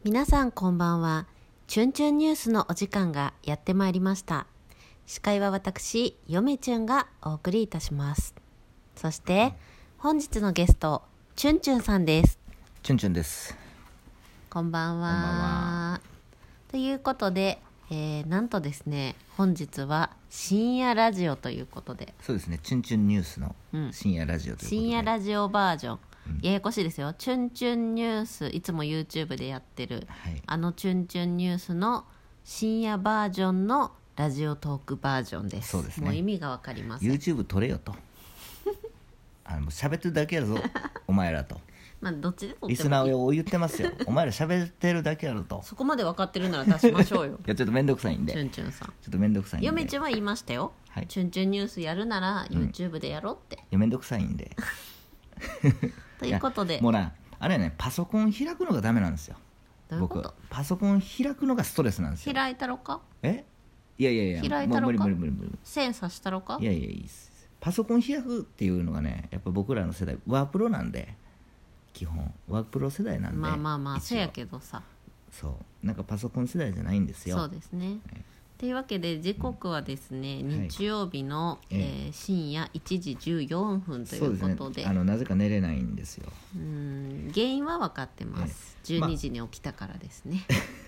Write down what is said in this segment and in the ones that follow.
皆さんこんばんは。チュンチュンニュースのお時間がやってまいりました。司会は私、よめちゅんがお送りいたします。そして本日のゲスト、チュンチュンさんです。 チュンチュンです。 こんばんは。 こんばんは。 ということで、なんとですね、本日は深夜ラジオということで。 そうですね、チュンチュンニュースの深夜ラジオということで、 深夜ラジオバージョン、ややこしいですよ。チュンチュンニュース、いつも YouTube でやってる、 はい、 チュンチュンニュースの深夜バージョンのラジオトークバージョンです。 そうですね、 もう意味がわかりません。 YouTube 撮れよともう喋ってるだけやぞお前らとまあどっちで撮ってもいい。 リスナーを言ってますよお前ら喋ってるだけやろと。 そこまで分かってるなら出しましょうよいやちょっとめんどくさいんで、 チュンチュンさん、 ちょっとめんどくさいんで、 嫁ちゃんは言いましたよ、 はい、 チュンチュンニュースやるなら YouTube でやろうって、 いやめんどくさいんでということで、 もうなあれね、パソコン開くのがダメなんですよ。 どういうこと？ 僕パソコン開くのがストレスなんですよ。 開いたろか？ いや開いたろか？ もう無理線刺したろか？ いやいいです。パソコン開くっていうのがね、やっぱ僕らの世代ワープロなんで、基本ワープロ世代なんで、 まあせやけどさ、 そうなんかパソコン世代じゃないんですよ。 そうですね、というわけで時刻はですね、日曜日の、深夜1時14分ということで、 なぜか寝れないんですよ。 原因は分かってます、12時に起きたからですね、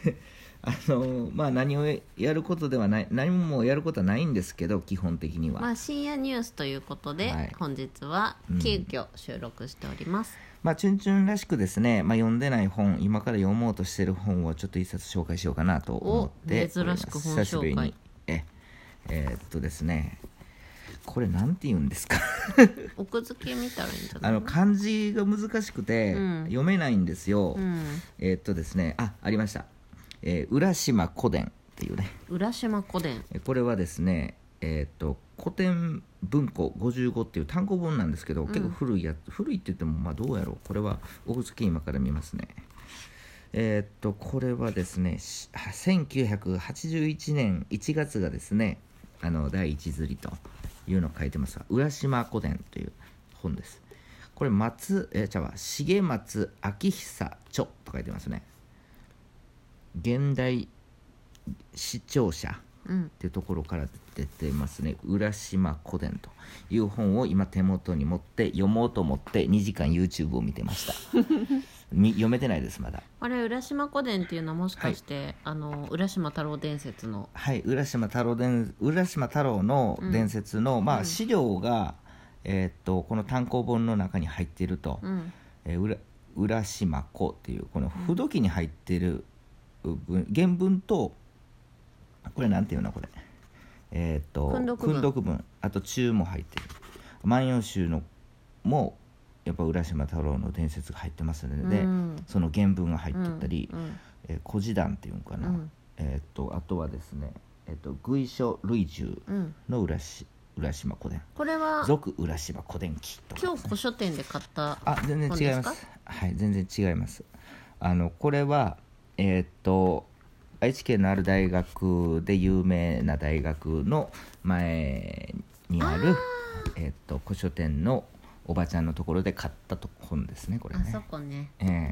何をやることではない、何もやることはないんですけど、基本的には、 深夜ニュースということで、本日は急遽収録しております。 チュンチュンらしくですね、読んでない本、今から読もうとしている本をちょっと一冊紹介しようかなと思って珍しく本紹介、 久しぶりにですね、これなんて言うんですか奥付け見たらいいんじゃないの？ 漢字が難しくて、読めないんですよ。ですね、ありました、浦島古典っていうね、 浦島古典、 これはですね、古典文庫55っていう単行本なんですけど、結構古いって言ってもどうやろう、これは奥付け今から見ますね。これはですね、1981年1月がですね、第一刷りというのを書いてますが、浦島古典という本です。これ重松昭久著と書いてますね。現代視聴者っていうところから出てますね。浦島古典という本を今手元に持って読もうと思って2時間 YouTube を見てました読めてないです、まだ。あれ浦島古典っていうのはもしかして、浦島太郎伝説の、 浦島太郎の伝説の、資料が、この単行本の中に入っていると、浦島古っていうこの不土記に入っている原文と、これなんていうのこれ、訓読文、あと注も入ってる。万葉集のもやっぱ浦島太郎の伝説が入ってますので、その原文が入ってたり、古事談っていうのかな、あとはですね、寓所類従の浦島古典、 これは続浦島古典記とか、 今日古書店で買った本ですか？ 全然違います。全然違います。これは愛知県のある大学で有名な大学の前にある古書店のおばちゃんのところで買った本ですね、これね。 あそこね。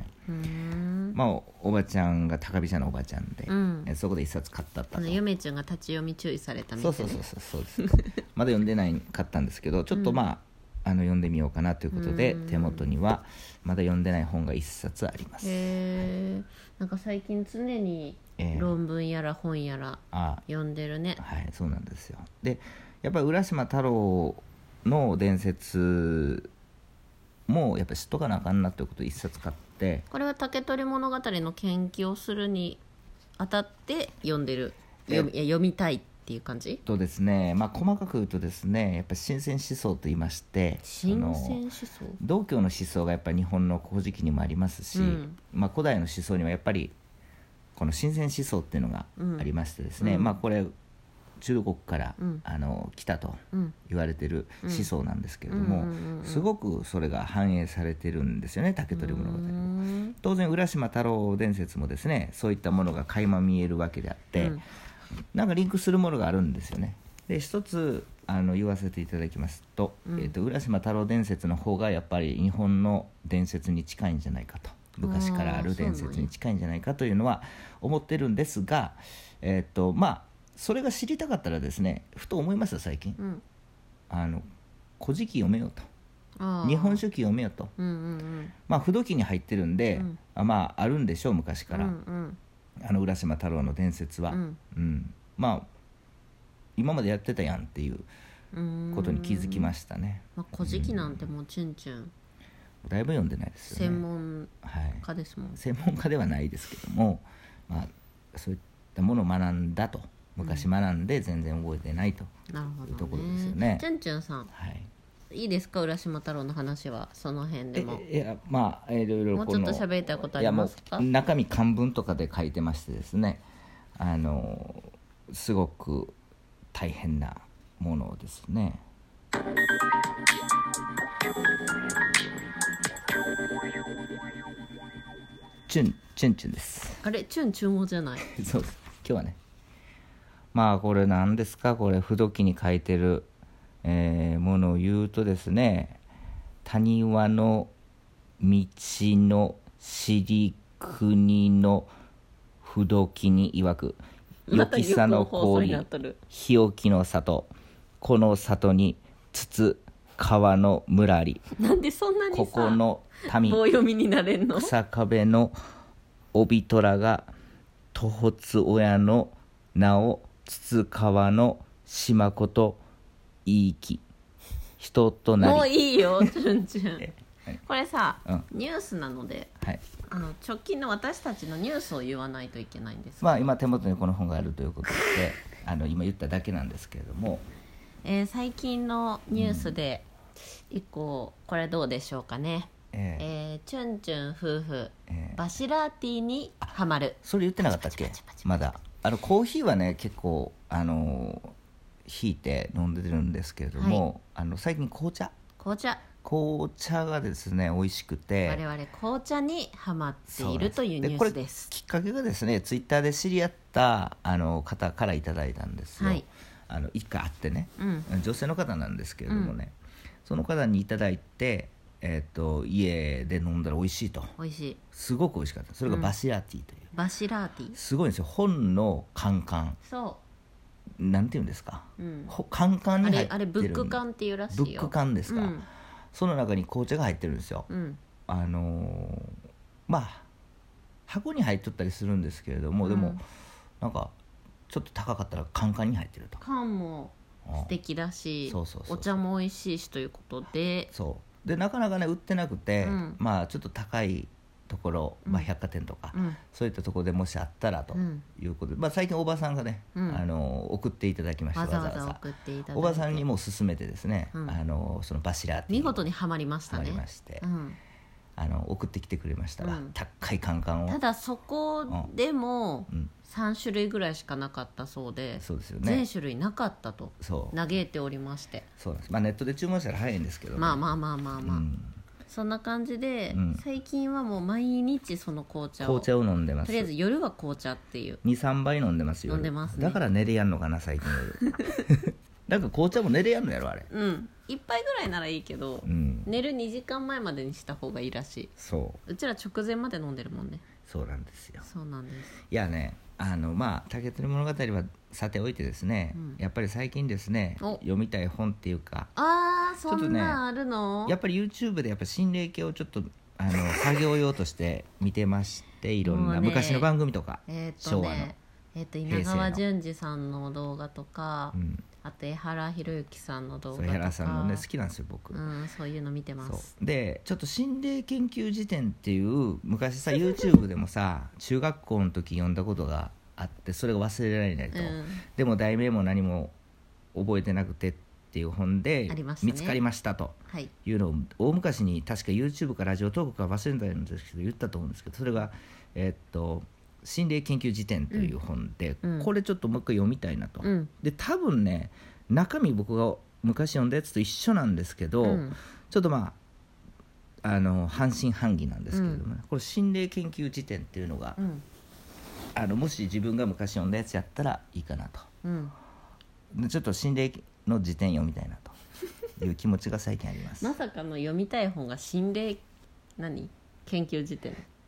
おばちゃんが高飛車のおばちゃんで、そこで一冊買ったと。 嫁ちゃんが立ち読み注意されたみたいな。 そうですまだ読んでないかったんですけど、ちょっと読んでみようかなということで、手元にはまだ読んでない本が一冊あります。 なんか最近常に論文やら本やら読んでるね。 そうなんですよ。でやっぱり浦島太郎の伝説もやっぱり知っとかなあかんなということで一冊買って、 これは竹取物語の研究をするにあたって読んでる、読みたいっていう感じとですね、細かく言うとですね、やっぱり新鮮思想と言いまして、 新鮮思想、 道教の思想がやっぱり日本の古事記にもありますし、古代の思想にはやっぱりこの新鮮思想っていうのがありましてですね、これ中国から、来たと言われている思想なんですけれども、すごくそれが反映されてるんですよね、竹取物語も。当然浦島太郎伝説もですね、そういったものが垣間見えるわけであって、なんかリンクするものがあるんですよね。で一つ言わせていただきますと、浦島太郎伝説の方がやっぱり日本の伝説に近いんじゃないかと昔からある伝説に近いんじゃないかというのは思ってるんですが、まあそれが知りたかったらですね、ふと思いました最近、古事記読めようと、日本書紀読めようと、まあ不土記に入ってるんで、まああるんでしょう昔から、浦島太郎の伝説は、まあ今までやってたやんっていうことに気づきましたね。 古事記なんてもうチュンチュンだいぶ読んでないですよね。 専門家ですもん、 専門家ではないですけども、まあ、そういったものを学んだと、昔学んで全然覚えてないというところですよね。 チュンチュンさん、いいですか、浦島太郎の話はその辺でも。 いやまあいろいろもうちょっと喋りたいことありますか。 中身漢文とかで書いてましてですね、すごく大変なものですね。チュンチュンです。 あれチュンチュンもじゃないそうです。今日はね、まあこれ何ですか、これ不土記に書いてる、ものを言うとですね、谷間の道の尻国の不土記に曰く、よきさの氷日置の里、この里に筒川の村あり。 なんでそんなにさここの民棒読みになれんの。 草壁の帯虎が徒発親の名を筒川の島子と言いき人となり。 もういいよチュンチュンこれさ、ニュースなので、直近の私たちのニュースを言わないといけないんです。 まあ今手元にこの本があるということで今言っただけなんですけれども、 最近のニュースで一個、これどうでしょうかね。チュンチュン夫婦、バシラーティーにハマる。 それ言ってなかったっけ。まだコーヒーはね結構ひいて飲んでるんですけれども、最近紅茶がですね美味しくて、 我々紅茶にハマっているというニュースです。 きっかけがですね、ツイッターで知り合った方からいただいたんですよ。一回会ってね、女性の方なんですけれどもね、その方にいただいて、家で飲んだら美味しいと。 美味しい、 すごく美味しかった。それがバシラーティーという、 バシラーティーすごいんですよ。本のカンカン、なんていうんですか、カンカンに入ってる。 あれブックカンっていうらしいよ。 ブックカンですか、その中に紅茶が入ってるんですよ。まあ箱に入っとったりするんですけれども、でもなんかちょっと高かったらカンカンに入ってると。 缶も素敵だし、お茶も美味しいしということで、 でなかなかね売ってなくて、まあちょっと高いところ、百貨店とか、そういったところでもしあったらということで、最近おばさんがね、送っていただきまして、わざわざ送っていただいて、 おばさんにも勧めてですね、そのバシラーティー見事にはまりましたね。 はまりまして、送ってきてくれましたわ、高いカンカンを。 ただそこでも3種類ぐらいしかなかったそうで、全種類なかったと嘆いておりまして。 そうなんです。ネットで注文したら早いんですけどね。 まあ、そんな感じで、最近はもう毎日その紅茶を飲んでます。 とりあえず夜は紅茶っていう 2,3 杯飲んでますよ。 飲んでますね。 だから寝れやんのかな最近夜なんか紅茶も寝れやんのやろあれ。 1杯ぐらいならいいけど、寝る2時間前までにした方がいいらしい。うちら直前まで飲んでるもんね。 そうなんですよ。 そうなんです。 いやね、竹取物語はさておいてですね、やっぱり最近ですね読みたい本っていうか、 そんなあるの？ やっぱり YouTube でやっぱ心霊系をちょっと作業用として見てまして、いろんな昔の番組とか、昭和の稲川淳二さんの動画とか、あと江原弘之さんの動画とか、 江原さんのね好きなんですよ僕。 そういうの見てます。 でちょっと心霊研究辞典っていう昔さ YouTube でもさ中学校の時読んだことがあって、それが忘れられないと、でも題名も何も覚えてなくてっていう本で見つかりましたというのを大昔に確か YouTube かラジオトークか忘れたんですけど言ったと思うんですけど、それが心霊研究辞典という本で、これちょっともう一回読みたいなと、で多分ね中身僕が昔読んだやつと一緒なんですけど、ちょっと半信半疑なんですけれども、これ心霊研究辞典っていうのが、もし自分が昔読んだやつやったらいいかなと、ちょっと心霊の辞典読みたいなという気持ちが最近あります。 まさかの読みたい本が心霊研究辞典。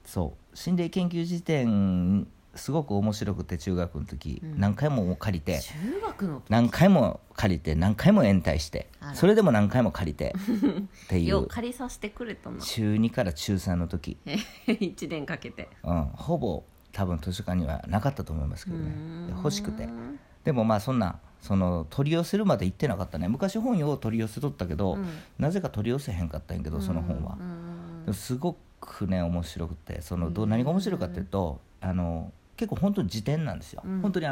そう心霊研究辞典すごく面白くて中学の時、何回も借りて中学の時何回も借りて何回も延滞してそれでも何回も借りてっていうよう借りさせてくれたな中2から中3の時 1年かけて、 ほぼ多分図書館にはなかったと思いますけどね欲しくてでもまあその取り寄せるまで行ってなかったね昔本を取り寄せとったけど、なぜか取り寄せへんかったんやけどその本はすごくね面白くて何が面白いかっていうと結構本当に辞典なんですよ、本当に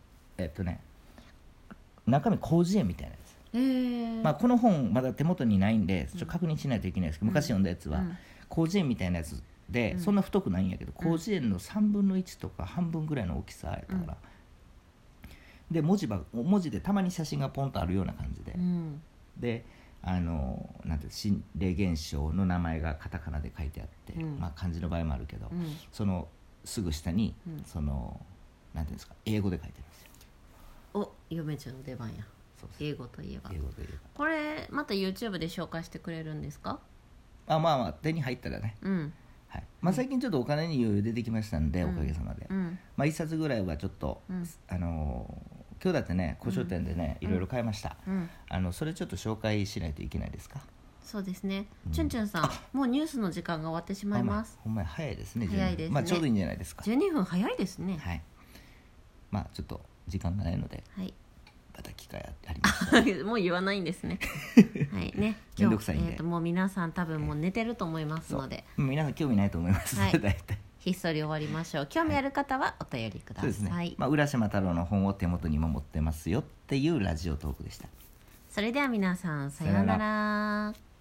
中身広辞苑みたいなやつ、まあ、この本まだ手元にないんでちょっと確認しないといけないですけど、昔読んだやつは広辞苑みたいなやつで、そんな太くないんやけど広辞苑の3分の1とか半分ぐらいの大きさやったから、で文字でたまに写真がポンとあるような感じで、でなんて心霊現象の名前がカタカナで書いてあって、まあ、漢字の場合もあるけど、そのすぐ下に、なんていうんですか英語で書いてるんですよ。 お嫁ちゃんの出番や。 そう英語といえば英語といえばこれまた YouTube で紹介してくれるんですか？ まあ手に入ったらね、はいまあ、最近ちょっとお金に余裕出てきましたんで、おかげさまで、まあ、1冊ぐらいはちょっと、今日だってね古書店でね、いろいろ買いました、それちょっと紹介しないといけないですか？ そうですね、チュンチュンさんもうニュースの時間が終わってしまいます。 ほんまに早いですね。 早いですね。 まあ、ちょうどいいんじゃないですか。 12分早いですね。 はい、まあちょっと時間がないので、 はい、 また機会ありますもう言わないんですねはいね、 めんどくさいんで、 もう皆さん多分もう寝てると思いますので、 皆さん興味ないと思います、はい、大体ひっそり終わりましょう。興味ある方はお便りください。 そうですね、まあ、浦島太郎の本を手元にも持ってますよっていうラジオトークでした。 それでは皆さんさようなら。